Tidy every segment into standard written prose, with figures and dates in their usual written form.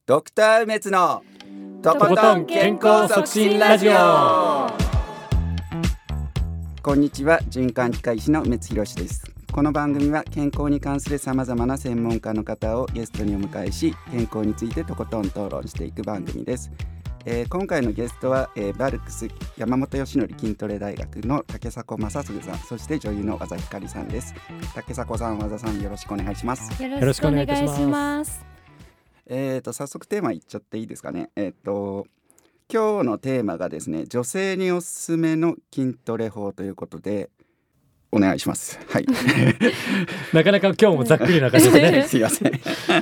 ドクター梅津のとことん健康促進ラジオ。 こんにちは、循環器科医師の梅津博です。この番組は健康に関するさまざまな専門家の方をゲストにお迎えし、健康についてとことん討論していく番組です。今回のゲストは、バルクス山本義則筋トレ大学の竹迫正嗣さん、そして女優の和田ひかりさんです。竹迫さん、和田さん、よろしくお願いします。 よろしくお願いいたします。 早速テーマいっちゃっていいですかね。今日のテーマがですね、女性におすすめの筋トレ法ということでお願いします。はい。 なかなか今日もざっくりな感じでね。 すいません。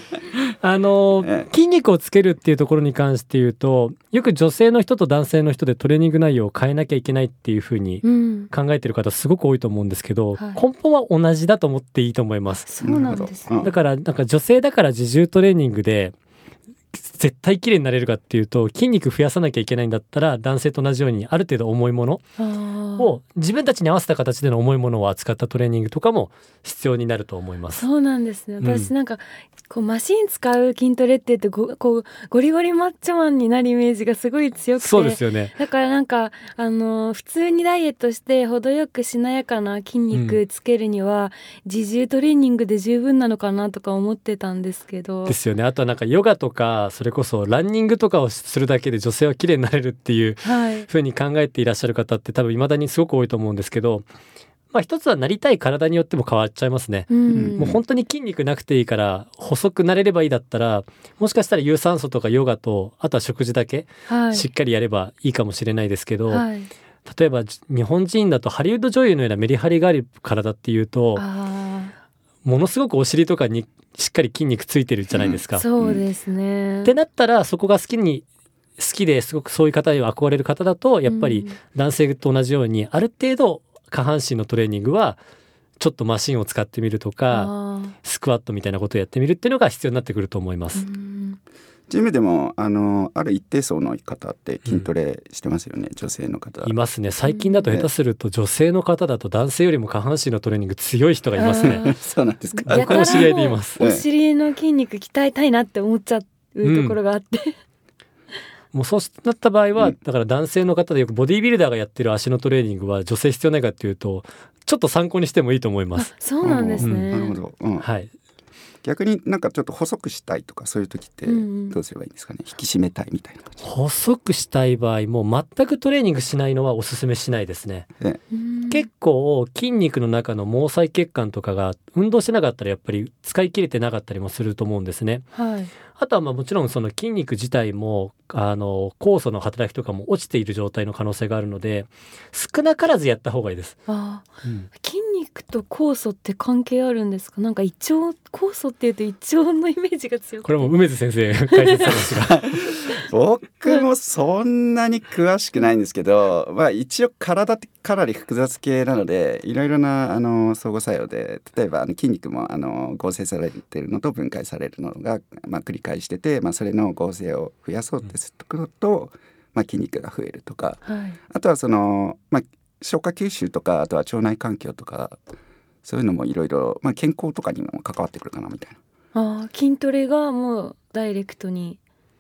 筋肉をつけるっていうところに関して言うと、よく女性の人と男性の人でトレーニング内容を変えなきゃいけないっていうふうに考えてる方すごく多いと思うんですけど、根本は同じだと思っていいと思います。 そうなんですね。 だからなんか女性だから自重トレーニングで絶対綺麗になれるかっていうと、筋肉増やさなきゃいけないんだったら男性と同じようにある程度重いものを自分たちに合わせた形での重いものを扱ったトレーニングとかも必要になると思います。 そうなんですね。私なんかこうマシン使う筋トレって言ってこうゴリゴリマッチョマンになるイメージがすごい強くて、 そうですよね。 だからなんか普通にダイエットして程よくしなやかな筋肉つけるには、自重トレーニングで十分なのかなとか思ってたんですけど。 ですよね。あとはなんかヨガとかそれこそランニングとかをするだけで女性は綺麗になれるっていう風に考えていらっしゃる方って多分未だにすごく多いと思うんですけど、一つはなりたい体によっても変わっちゃいますね。もう本当に筋肉なくていいから細くなれればいいだったら、もしかしたら有酸素とかヨガとあとは食事だけしっかりやればいいかもしれないですけど、例えば日本人だとハリウッド女優のようなメリハリがある体っていうと、ものすごくお尻とかにしっかり筋肉ついてるじゃないですか。 そうですね。 ってなったらそこが好きですごくそういう方に憧れる方だと、やっぱり男性と同じようにある程度下半身のトレーニングはちょっとマシンを使ってみるとかスクワットみたいなことをやってみるっていうのが必要になってくると思います。 ジムでもある一定層の方って筋トレしてますよね、女性の方いますね。最近だと下手すると女性の方だと男性よりも下半身のトレーニング強い人がいますね。 そうなんですか。 僕も知り合いでいます。 お尻の筋肉鍛えたいなって思っちゃうところがあって、 もうそうなった場合は、だから男性の方でよくボディービルダーがやってる足のトレーニングは女性必要ないかっていうと、ちょっと参考にしてもいいと思います。 そうなんですね。 なるほど。はい。逆になんかちょっと細くしたいとかそういう時ってどうすればいいんですかね。引き締めたいみたいな感じ。 細くしたい場合も全くトレーニングしないのはおすすめしないですね。結構筋肉の中の毛細血管とかが運動してなかったらやっぱり使い切れてなかったりもすると思うんですね。あとはもちろんその筋肉自体も酵素の働きとかも落ちている状態の可能性があるので、少なからずやった方がいいです。 筋肉と酵素って関係あるんですか？なんか胃腸、酵素っていうと胃腸のイメージが強くて、 これも梅津先生解説してますが僕もそんなに詳しくないんですけど、一応体ってかなり複雑系なので、いろいろな相互作用で、例えば筋肉も合成されているのと分解されるのが、繰り返してて、それの合成を増やそうってするところと、筋肉が増えるとか、あとはその、消化吸収とか、あとは腸内環境とか、そういうのもいろいろ健康とかにも関わってくるかなみたいな。筋トレがもうダイレクトに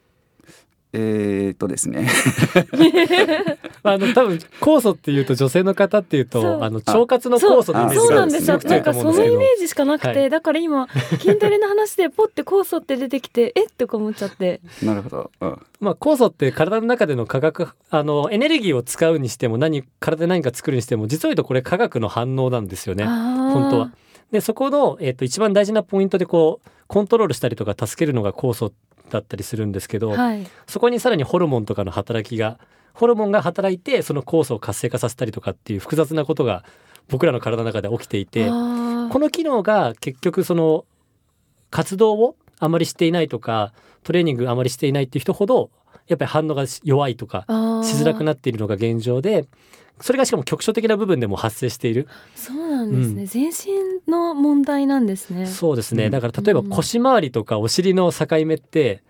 ですね多分酵素っていうと女性の方っていうと腸活の酵素のイメージがすごく強いと思うんですけど、 なんかそのイメージしかなくて、だから今筋トレの話でポッて酵素って出てきてって思っちゃってなるほど。 酵素って体の中での化学エネルギーを使うにしても体で何か作るにしても、実を言うとこれ化学の反応なんですよね、本当は。でそこの、一番大事なポイントでコントロールしたりとか助けるのが酵素だったりするんですけど、そこにさらにホルモンとかのホルモンが働いてその酵素を活性化させたりとかっていう複雑なことが僕らの体の中で起きていて、この機能が結局その活動をあまりしていないとかトレーニングあまりしていないっていう人ほどやっぱり反応が弱いとかしづらくなっているのが現状で、それがしかも局所的な部分でも発生している。 そうなんですね、全身の問題なんですね。 そうですね。だから例えば腰回りとかお尻の境目って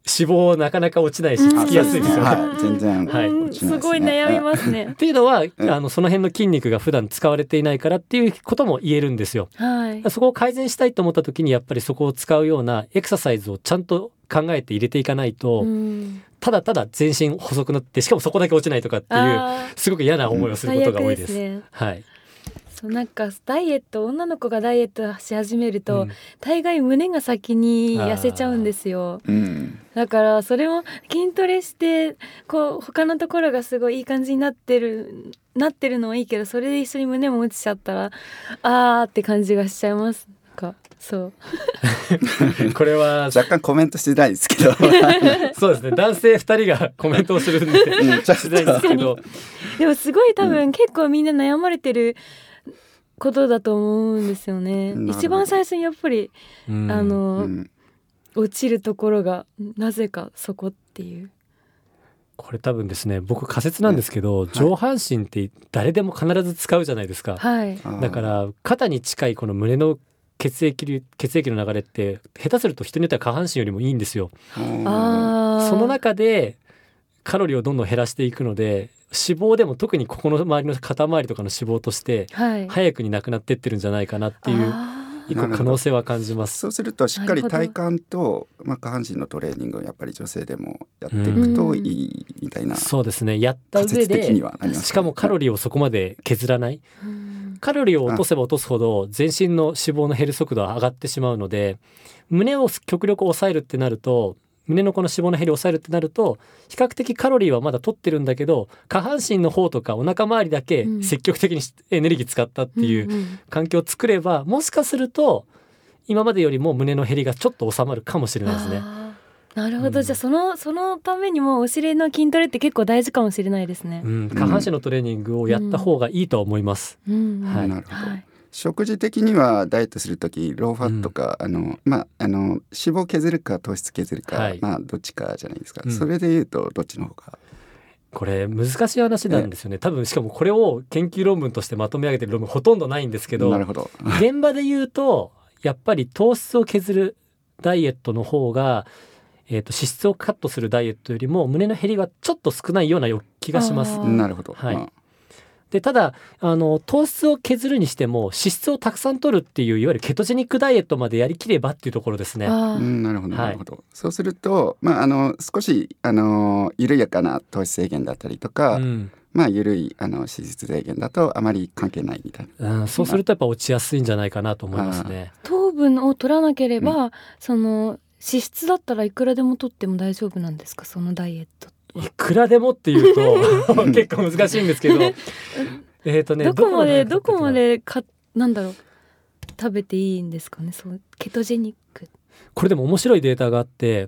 肪なかなか落ちないしつきやすいですよね。 はい、全然はい落ちないですすごい悩みますねっ。ていうのはその辺の筋肉が普段使われていないからっていうことも言えるんですよ。 はい。 そこを改善したいと思った時にやっぱりそこを使うようなエクササイズをちゃんと考えて入れていかないと、 うんただただ全身細くなってしかもそこだけ落ちないとかっていうあーすごく嫌な思いをすることが多いです。 最悪ね。 はい。 そうなんかダイエット女の子がダイエットし始めると、 うん大概胸が先に痩せちゃうんですよ。 うんだからそれも筋トレしてこう他のところがすごいいい感じになってるのはいいけど、それで一緒に胸も落ちちゃったらあーって感じがしちゃいますか。そうこれは若干コメントしづらいですけどそうですね、男性2人がコメントをするんでうんちょっとしないんですけど、 でもすごい多分、結構みんな悩まれてることだと思うんですよね。 なるほど一番最初にやっぱりうんうん落ちるところがなぜかそこっていう。 これ多分ですね、僕仮説なんですけど、上半身って誰でも必ず使うじゃないですか。 はい。 あーだから肩に近いこの胸の血液の流れって下手すると人によっては下半身よりもいいんですよ。 あーその中でカロリーをどんどん減らしていくので、脂肪でも特にここの周りの肩周りとかの脂肪としてはい。 早くになくなってってるんじゃないかなっていうあー一個可能性は感じます。 そうするとしっかりなるほ体幹と、下半身のトレーニングをやっぱり女性でもやっていくといいみたいな、 そうですね、やった仮上説的にではなりますねしかもカロリーをそこまで削らない、 うんカロリーを落とせば落とすほど全身の脂肪の減る速度は上がってしまうので、胸を極力抑えるってなると、胸のこの脂肪の減りを抑えるってなると比較的カロリーはまだ取ってるんだけど、下半身の方とかお腹周りだけうん積極的にエネルギー使ったっていううん環境を作れば、もしかすると今までよりも胸の減りがちょっと収まるかもしれないですね。 あーなるほど、 うんじゃあそのためにもお尻の筋トレって結構大事かもしれないですね。 うん、下半身のトレーニングをやった方がいいとは思います。 うんはいなるほど、 はい食事的にはダイエットするときローファットか、脂肪削るか糖質削るか、 はいどっちかじゃないですか、 うんそれでいうとどっちの方がこれ難しい話なんですよね。多分しかもこれを研究論文としてまとめ上げてる論文ほとんどないんですけど、 なるほど現場で言うとやっぱり糖質を削るダイエットの方が、脂質をカットするダイエットよりも胸の減りはちょっと少ないような気がしますあ。ーなるほど、 はいでただ糖質を削るにしても脂質をたくさん取るっていういわゆるケトジェニックダイエットまでやりきればっていうところですね。 あーなるほどはいなるほど、そうすると、少し緩やかな糖質制限だったりとか、 うん緩い脂質制限だとあまり関係ないみたいな。 そうするとやっぱ落ちやすいんじゃないかなと思いますね。 糖分を取らなければ、その脂質だったらいくらでも取っても大丈夫なんですか、そのダイエット。 いくらでもっていうと結構難しいんですけどどこまでどこまでなんだろう食べていいんですかね、そうケトジェニック。 これでも面白いデータがあって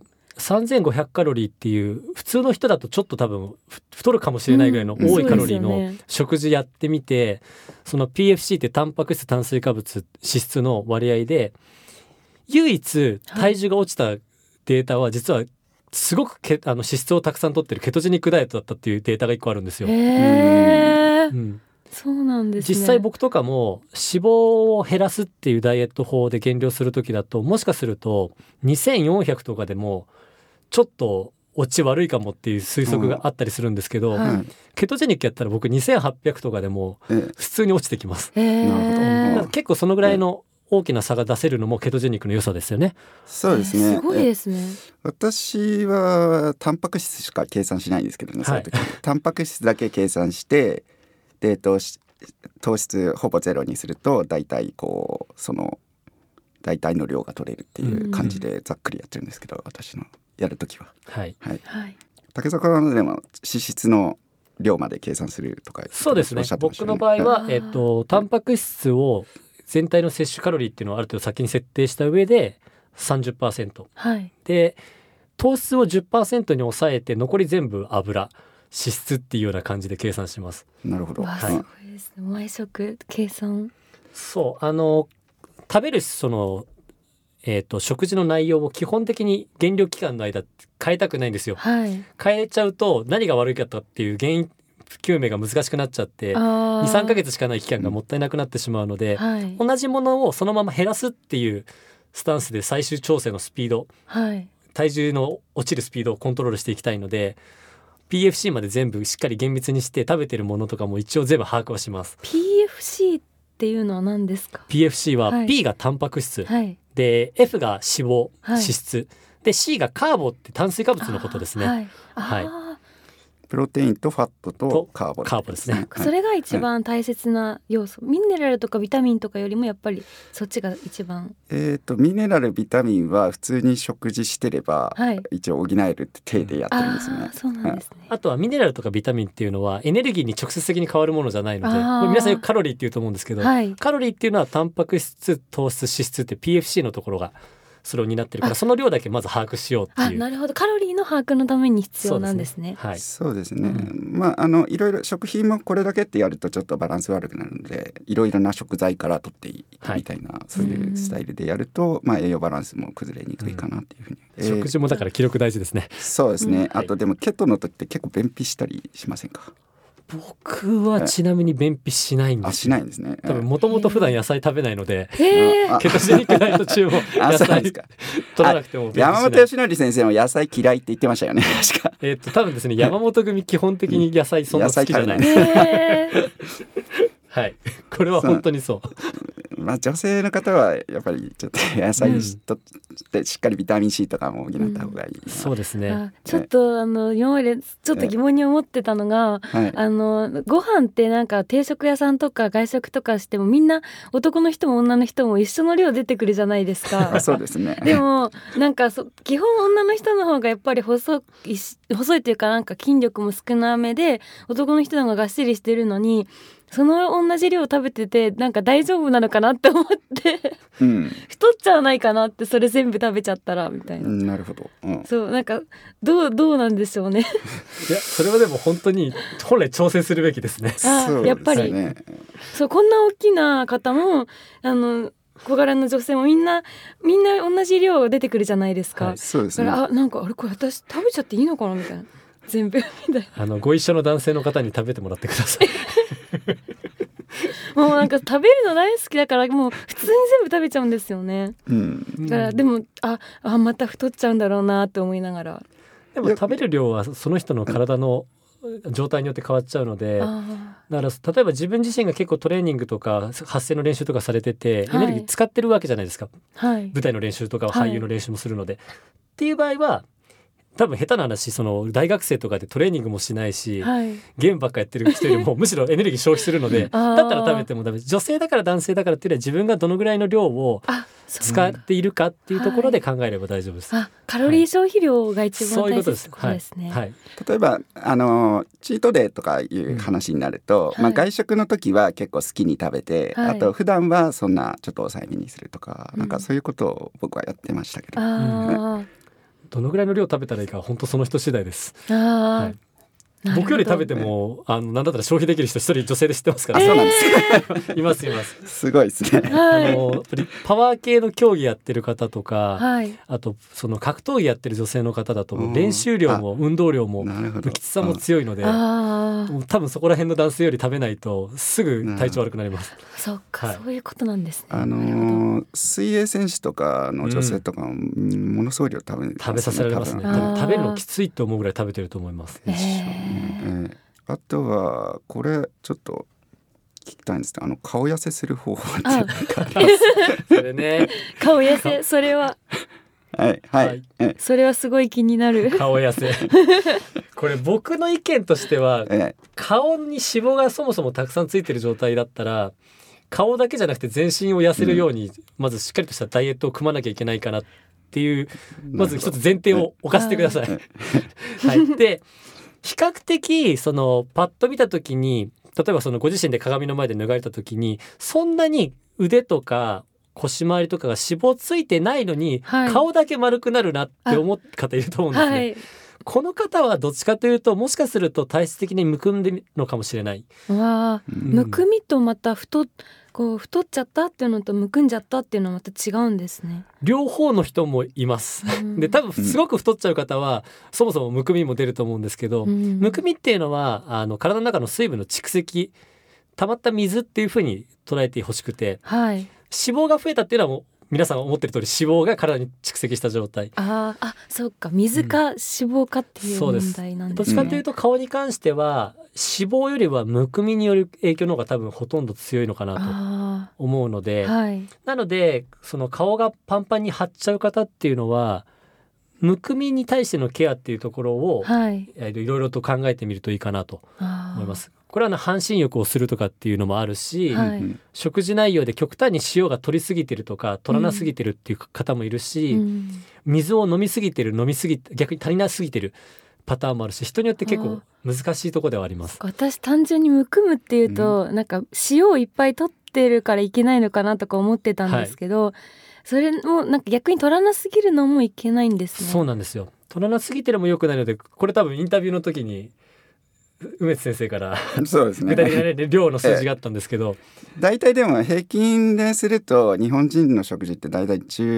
、3500カロリーっていう普通の人だとちょっと多分太るかもしれないぐらいの多いカロリーのそうですよね食事やってみて、その PFC ってタンパク質炭水化物脂質の割合で唯一体重が落ちたデータは実はすごく脂質をたくさん取ってるケトジェニックダイエットだったっていうデータが1個あるんですよ。 へーうんそうなんですね。 実際僕とかも脂肪を減らすっていうダイエット法で減量する時だともしかすると2400とかでもちょっと落ち悪いかもっていう推測があったりするんですけど、 はいケトジェニックやったら僕2800とかでもえ普通に落ちてきます。 へーなるほどだから結構そのぐらいの大きな差が出せるのもケトジェニックの良さですよね。 そうですね、 すごいですね。 私はタンパク質しか計算しないんですけどね、そういう時はタンパク質だけ計算してで糖質ほぼゼロにすると大体その大体の量が取れるっていう感じでざっくりやってるんですけど、私のやるときは、 はい、 はい、 はい。 竹坂さんでも脂質の量まで計算するとかそうですねおっしゃってましたよ僕の場合はあー、 タンパク質を全体の摂取カロリーっていうのをある程度先に設定した上で 30% はい。 で糖質を 10% に抑えて残り全部油脂質っていうような感じで計算します。 なるほど、 わあすはいごいですね。毎食計算。 そう食べる食事の内容を基本的に減量期間の間変えたくないんですよ。 はい。 変えちゃうと何が悪いかったっていう原因究明が難しくなっちゃってあー 2,3 ヶ月しかない期間がもったいなくなってしまうので、 はい。 同じものをそのまま減らすっていうスタンスで最終調整のスピードはい。 体重の落ちるスピードをコントロールしていきたいので PFC まで全部しっかり厳密にして食べてるものとかも一応全部把握はします。 PFC っていうのは何ですか？ PFC ははい P がタンパク質、 はいで F が脂肪、 はい脂質で C がカーボって炭水化物のことですね。 はいはいプロテインとファットとカーボカーボですね。 はいそれが一番大切な要素、ミネラルとかビタミンとかよりもやっぱりそっちが一番。 ミネラルビタミンは普通に食事してれば、 はい一応補えるって体でやってるんですよね。 そうなんですね、 あとはミネラルとかビタミンっていうのはエネルギーに直接的に変わるものじゃないので、 あー皆さんよくカロリーって言うと思うんですけど、 はいカロリーっていうのはタンパク質、糖質、脂質って PFC のところがそれを担ってるから、その量だけまず把握しようっていう。 なるほど、カロリーの把握のために必要なんですね。 はい。 そうですね、いろいろ食品もこれだけってやるとちょっとバランス悪くなるので、いろいろな食材から取っていくみたいな、そういうスタイルでやると、栄養バランスも崩れにくいかなっていうふうに、 食事もだから記録大事ですね。 そうですね、 はいあとでもケトの時って結構便秘したりしませんか？ 僕はちなみに便秘しないんですよ。 しないんですね。 多分もともと普段野菜食べないので、 へーあケトジェニックダイエット中も野菜そうなんですか。 取らなくても便秘しない。 山本義則先生も野菜嫌いって言ってましたよね確か。 多分ですね、山本組基本的に野菜そんな好きじゃない。 野菜へーはい。これは本当にそう。 女性の方はやっぱりちょっと野菜とってしっかりビタミン C とかも補った方がいいな、 そうですね。 ちょっと今までちょっと疑問に思ってたのが、 はいご飯ってなんか定食屋さんとか外食とかしてもみんな男の人も女の人も一緒の量出てくるじゃないですか。 そうですね。 でもなんか基本女の人の方がやっぱり細いというかなんか筋力も少なめで男の人の方ががっしりしてるのに、その同じ量食べててなんか大丈夫なのかなって思って太っちゃわないかなって、それ全部食べちゃったらみたいな、 なるほど、 そうなんかどうなんでしょうね。 いや、それはでも本当に本来調整するべきですね。 そうですね。 やっぱりそう、こんな大きな方も小柄な女性もみんな同じ量出てくるじゃないですか、 はいそうですね。 だからなんかこれ私食べちゃっていいのかなみたいな、全部みたいなご一緒の男性の方に食べてもらってください。 もうなんか食べるの大好きだからもう普通に全部食べちゃうんですよね。だからでもまた太っちゃうんだろうなって思いながら、 でも食べる量はその人の体の状態によって変わっちゃうので、だから例えば自分自身が結構トレーニングとか発声の練習とかされてて、エネルギー使ってるわけじゃないですか、 はい、 舞台の練習とか俳優の練習もするので、っていう場合は多分下手な話、その大学生とかでトレーニングもしないし、 はい、 ゲームばっかやってる人よりもむしろエネルギー消費するのでだったら食べてもダメ。女性だから男性だからっていうのは自分がどのぐらいの量を使っているかっていうところで考えれば大丈夫です。 カロリー消費量が一番大切ってことですね。 はい、 例えばチートデーとかいう話になると、外食の時は結構好きに食べて、あと普段はそんなちょっと抑えめにするとか、なんかそういうことを僕はやってましたけど、 どのぐらいの量食べたらいいか本当その人次第です。僕より食べてもなんだったら消費できる人一人女性で知ってますから、 そうなんですいますすごいですね。 やっぱりパワー系の競技やってる方とか、あとその格闘技やってる女性の方だと練習量も運動量も不吉さも強いので、もう多分そこら辺の男性より食べないとすぐ体調悪くなります。 そっか、そういうことなんですね。 水泳選手とかの女性とかものすごい量食べさせられますね。多分食べるのきついと思うぐらい食べてると思います。 あとはこれちょっと聞きたいんですけど、顔痩せする方法って何かありますそれね、 顔痩せ、それはそれはすごい気になる。 顔痩せこれ僕の意見としては、顔に脂肪がそもそもたくさんついてる状態だったら顔だけじゃなくて全身を痩せるように、まずしっかりとしたダイエットを組まなきゃいけないかなっていう、まず一つ前提を置かせてください。はい、で比較的そのパッと見た時に、例えばそのご自身で鏡の前で脱がれた時にそんなに腕とか腰回りとかが脂肪ついてないのに、顔だけ丸くなるなって思う方いると思うんですね。この方はどっちかというともしかすると体質的にむくんでるのかもしれない。 むくみとまた太っちゃったっていうのとむくんじゃったっていうのはまた違うんですね。 両方の人もいます。で多分すごく太っちゃう方はそもそもむくみも出ると思うんですけど、むくみっていうのは体の中の水分の蓄積、溜まった水っていう風に捉えてほしくて、脂肪が増えたっていうのはもう皆さん思ってる通り脂肪が体に蓄積した状態。 そうか、水か脂肪かっていう問題なんですね。 どっちかというと顔に関しては脂肪よりはむくみによる影響の方が多分ほとんど強いのかなと思うので、なのでその顔がパンパンに張っちゃう方っていうのはむくみに対してのケアっていうところを、いろいろと考えてみるといいかなと思います。これは半身浴をするとかっていうのもあるし、食事内容で極端に塩が取りすぎてるとか取らなすぎてるっていう方もいるし、水を飲みすぎてる逆に足りなすぎてるパターンもあるし、人によって結構難しいところではあります。 私単純にむくむっていうと、なんか塩をいっぱい取ってるからいけないのかなとか思ってたんですけど、それもなんか逆に取らなすぎるのもいけないんですね。 そうなんですよ。取らなすぎてるのも良くないので、これ多分インタビューの時に梅津先生からそうですね、 具体的な、量の数字があったんですけど、 大体でも平均ですると日本人の食事って大体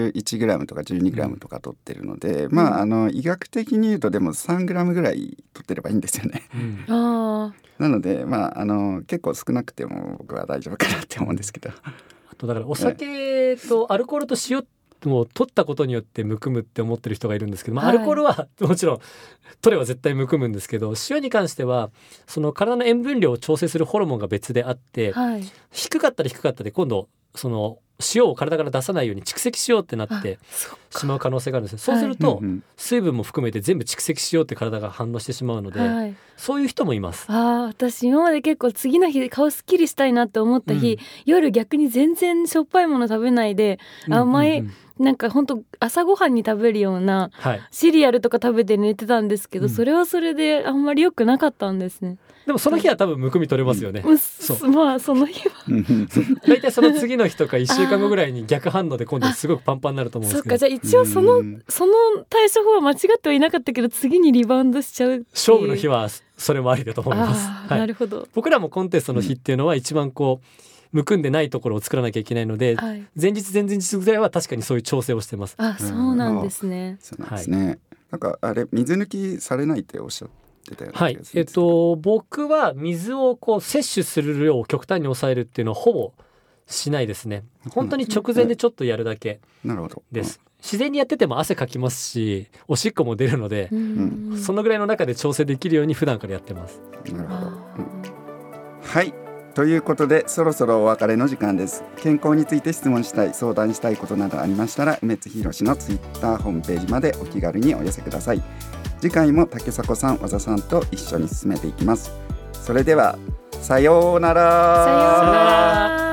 11g とか 12g とか取ってるので、医学的に言うとでも 3g ぐらい取ってればいいんですよね。なので、結構少なくても僕は大丈夫かなって思うんですけど、 あとだからお酒とアルコールと塩を取ったことによってむくむって思ってる人がいるんですけど、アルコールはもちろん取れば絶対むくむんですけど、塩に関してはその体の塩分量を調整するホルモンが別であって、低かったら低かったで今度その塩を体から出さないように蓄積しようってなってしまう可能性があるんですよ。そうすると、水分も含めて全部蓄積しようって体が反応してしまうので、そういう人もいます。 私今まで結構次の日顔すっきりしたいなって思った日、夜逆に全然しょっぱいもの食べないで甘い、なんか本当朝ごはんに食べるようなシリアルとか食べて寝てたんですけど、それはそれであんまり良くなかったんですね。 でもその日は多分むくみ取れますよね。 その日は大体その次の日とか1週間後ぐらいに逆反応で今度すごくパンパンになると思うんですけど、 じゃあ一応その対処法は間違ってはいなかったけど次にリバウンドしちゃう勝負の日はそれもありだと思います。 なるほど。 僕らもコンテストの日っていうのは一番むくんでないところを作らなきゃいけないので、前日前々日ぐらいは確かにそういう調整をしてます。 そうなんですね。 そうなんですね。なんかあれ水抜きされないっておっしゃってたような気がするんですけど、僕は水を摂取する量を極端に抑えるっていうのはほぼしないですね。本当に直前でちょっとやるだけです。自然にやってても汗かきますしおしっこも出るので、そのぐらいの中で調整できるように普段からやってます。 なるほど。はい、ということでそろそろお別れの時間です。健康について質問したい、相談したいことなどありましたら梅津博のツイッターホームページまでお気軽にお寄せください。次回も竹迫さん、和田さんと一緒に進めていきます。それではさようなら。 さようなら。